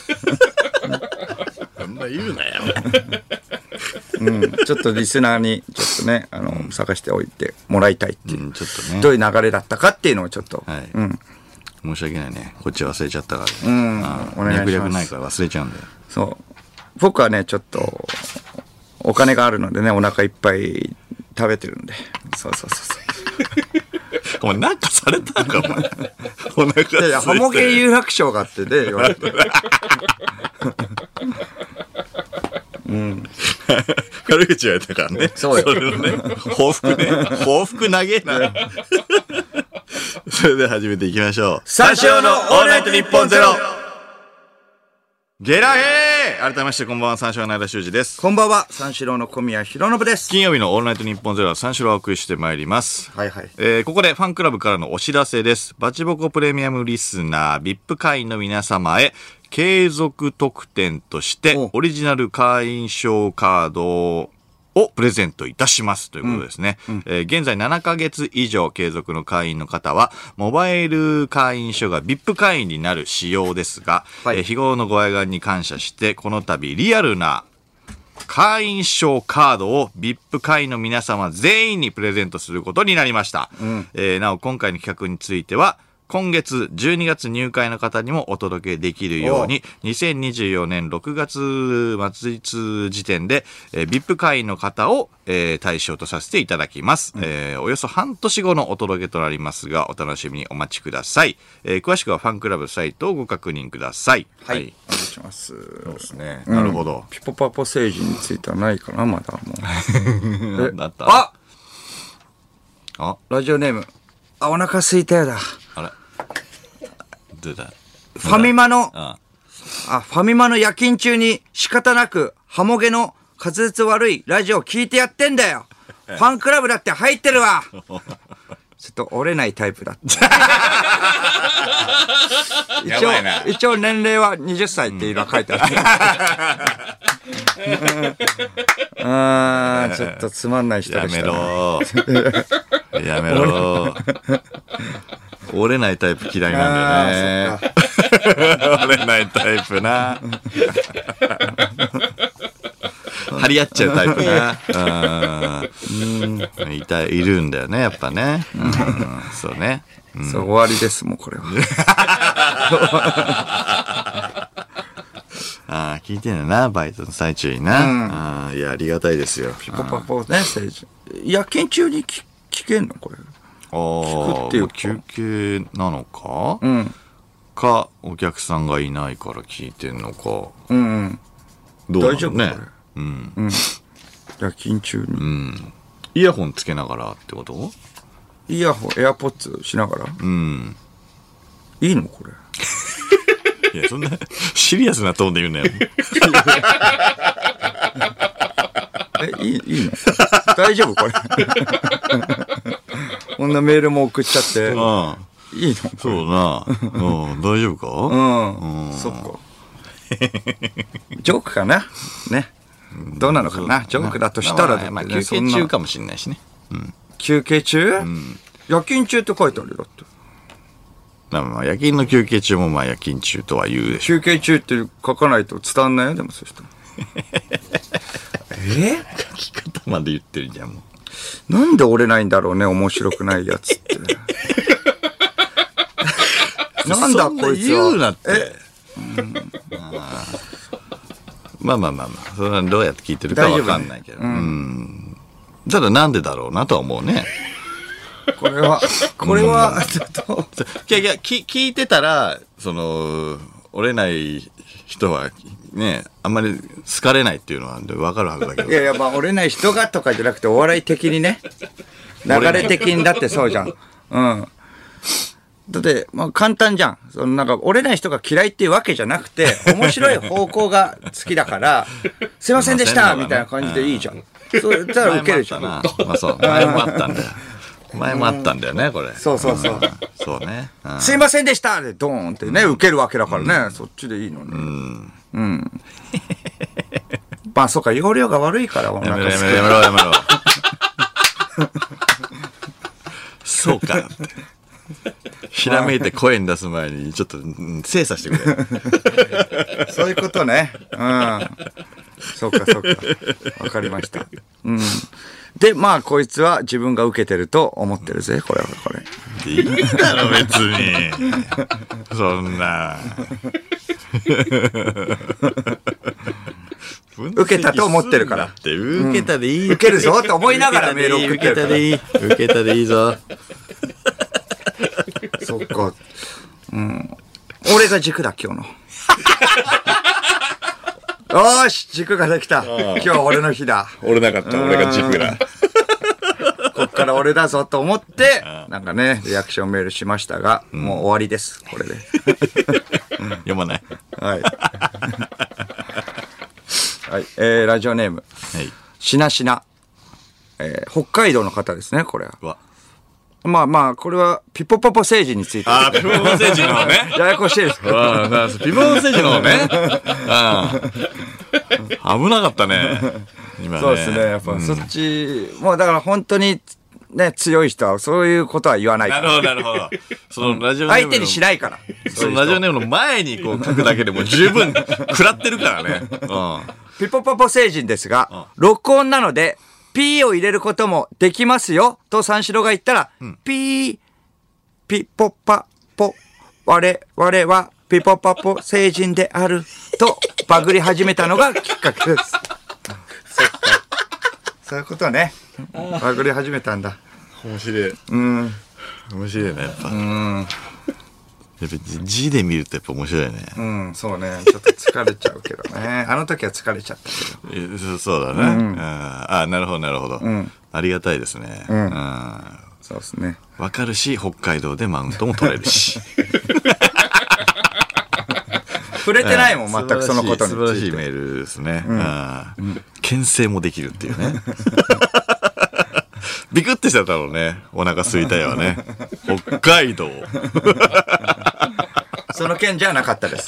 B: あんま言うなよ。うん、ちょっとリスナーにちょっとねあの、うん、探しておいてもらいたいっていう、うん、ちょっとね、どういう流れだったかっていうのをちょっと、はい、うん、申し訳ないね、こっち忘れちゃったから、ね、うん、お願いします。脈略ないから忘れちゃうんだよ。そう僕はねちょっとお金があるのでねお腹いっぱい食べてるんで、そうそうそうそうお前なんかされたんかお前お腹すいて、いやハモゲ有楽章があってね言われてうん、悪口言われたからね。そうよ。それのね、報復ね。報復長えな。 それでは始めていきましょう。
C: 三四郎のオールナイトニッポンゼロ。
B: ゲラヘー。改めましてこんばんは、三四郎の間修二です。
C: こんばんは、三四郎の小宮浩信です。
B: 金曜日のオールナイトニッポンゼロは三四郎をお送りしてまいります。
C: はいはい。
B: えー、ここでファンクラブからのお知らせです。バチボコプレミアムリスナー ブイアイピー 会員の皆様へ継続特典としてオリジナル会員証カードををプレゼントいたしますということですね、うんうんえー、現在ななかげつ以上継続の会員の方はモバイル会員証が ブイアイピー 会員になる仕様ですが、はいえー、日頃のご愛願に感謝してこの度リアルな会員証カードを ブイアイピー 会員の皆様全員にプレゼントすることになりました、うんえー、なお今回の企画については今月じゅうにがつ入会の方にもお届けできるようににせんにじゅうよねんろくがつ末時点で、えー、ブイアイピー 会員の方を、えー、対象とさせていただきます、うんえー、およそ半年後のお届けとなりますがお楽しみにお待ちください、えー、詳しくはファンクラブサイトをご確認ください。
C: はい、はい、お願いします。
B: そうですね、うん、なるほど。
C: ピポパポ星人についてはないかなまだもう
B: だった
C: あ
B: あ
C: ラジオネームあお腹すいたよだ。
B: あれどうだ
C: ファミマの、
B: あ
C: あ、ファミマの夜勤中に仕方なく、ハモ毛の滑舌悪いラジオを聞いてやってんだよ。ファンクラブだって入ってるわ。ちょっと折れないタイプだった。一応、一応年齢ははたちっていうのは書いてある。あー、ちょっとつまんない人でした、ね。
B: やめろやめろ折れないタイプ嫌いなんだよね。折れないタイプな。張り合っちゃうタイプな。うん。いた、いるんだよね、やっぱね。うん、そうね、
C: うん。そう、終わりです、もうこれは。
B: ああ、聞いてんだな、バイトの最中にな。うん、あいや、ありがたいですよ。
C: ピポパポね、政治。夜勤中に聞けんのこれ。
B: ああ、休憩なのか、
C: うん、
B: かお客さんがいないから聞いてんのか、
C: うんうん、
B: どうなのね、大丈夫
C: これ、うんうん、夜勤中に、
B: うん、イヤホンつけながらってこと？
C: イヤホンエアポッツしながら、
B: うん、
C: いいのこれ？
B: いやそんなシリアスなトーンで言うなよ。
C: えいいいいの？大丈夫これ？こんなメールも送っちゃって。
B: ああ
C: いいの？
B: そうな。うん、大丈夫か？
C: うん。うん、そっか。ジョークかな？ね。どうなのかな？ジョークだとしたら、
B: まあまあ、休憩中かもしれないしね。うん、
C: 休憩中？
B: うん、
C: 夜勤中って書いてあるよだって。
B: まあまあ夜勤の休憩中もまあ夜勤中とは言うでしょ。
C: 休憩中って書かないと伝わんないよでもそうしたら。え？
B: 書き方まで言ってるじゃんもう。
C: なんで折れないんだろうね面白くないやつって。なんだこいつは。
B: 言うなって。うん、あまあまあまあまあそれはどうやって聞いてるかわかんないけど、ねうん、ただなんでだろうなとは思うね。
C: これはこれはちょっと
B: いやいやき聞いてたらその折れない人はねあんまり好かれないっていうのは分かるはずだけど。
C: いやいやまあ折れない人がとかじゃなくてお笑い的にね流れ的にだってそうじゃん。うんだって、まあ、簡単じゃん。そのなんか折れない人が嫌いっていうわけじゃなくて面白い方向が好きだからすいませんでしたみたいな感じでいいじゃん。そう言ったらウケるじゃん。
B: まあそう前もあったんだよ。前もあったんだよねこれ。
C: そうそうそう。うん、
B: そうね、うん。
C: すいませんでしたでドーンってね、うん、ウケるわけだからね、うん、そっちでいいのに。うん。うん。まあそうか容量が悪いからお腹
B: やめろやめろやめろやめろ。そうか。ひらめいて声に出す前にちょっと精査してく
C: れ。そういうことね。うん。そうかそうか。わかりました。うん。でまあこいつは自分が受けてると思ってるぜこれはこれ。
B: いいだろ別に。そんな。
C: 受けたと思ってるから。
B: って受けたでいい、
C: うん。受けるぞって思いながらメール送ってるから。
B: 受けたでいい。受けたでいいぞ。
C: そっか。うん。俺が軸だ今日の。よーし軸ができた。今日は俺の日だ。
B: 折れなかった、うん、俺が軸だ。
C: こっかから俺だぞと思って、なんかね、リアクションメールしましたが、うん、もう終わりです、これで。
B: 読まない。
C: はい。はい、えー、ラジオネーム。はい。しなしな。えー、北海道の方ですね、これは。わまあまあ、これは、ピポポポ星人について。
B: ああ、ピポポポ星人の方ね。
C: ややこしいですけど。
B: ピポポポ星人の方ね。危なかったね。今ね。
C: そうですね。やっぱ、うん、そっち、もうだから本当に、ね、強い人はそういうことは言わないから。
B: なるほど、なるほど。そのラジオネーム
C: 相手にしないから。
B: そのラジオネームの前にこう書くだけでも十分食らってるからね。うん、
C: ピポポポ星人ですが、うん、録音なので、ピーを入れることもできますよと三四郎が言ったら、うん、ピー、ピポパポ、我々はピポパポ星人であるとバグり始めたのがきっかけです。そっか。そういうことね。バグり始めたんだ。
B: 面白い。
C: うん。
B: 面白いね、やっぱ。
C: うん。
B: やっぱ字で見るとやっぱ面白いね。
C: うん、そうね。ちょっと疲れちゃうけどね。あの時は疲れちゃったけ
B: ど。そ, そうだね。うん、ああ、なるほど、なるほど、うん。ありがたいですね。
C: うん。うん、そうですね。
B: わかるし、北海道でマウントも取れるし。
C: 触れてないもん、全くそのことについて。
B: 素晴らしいメールですね。うん。あうん、牽制もできるっていうね。ビクってしちゃったのね。お腹空いたよね。北海道。
C: その件じゃなかったです。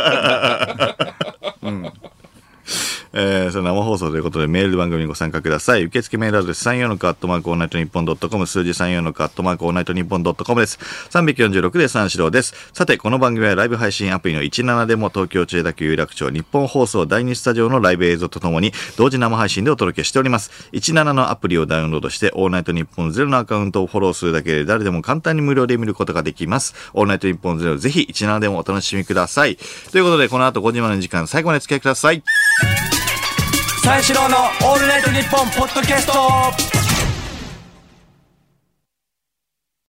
B: うん。えー、その生放送ということでメールで番組にご参加ください。受付メールアドレスさんよんろくアットマークオールナイトニッポンドットコム、数字さんよんろくアットマークオールナイトニッポンドットコムです。さんびゃくよんじゅうろくで三四郎です。さて、この番組はライブ配信アプリのじゅうななでも東京千代田区有楽町日本放送第二スタジオのライブ映像とともに同時生配信でお届けしております。じゅうななのアプリをダウンロードしてオールナイトニッポンゼロのアカウントをフォローするだけで誰でも簡単に無料で見ることができます。オールナイトニッポンゼロぜひじゅうななでもお楽しみください。ということでこの後ごじまでの時間最後まで付き合いください。
C: 三四郎のオールナイトニッポンポッドキャスト。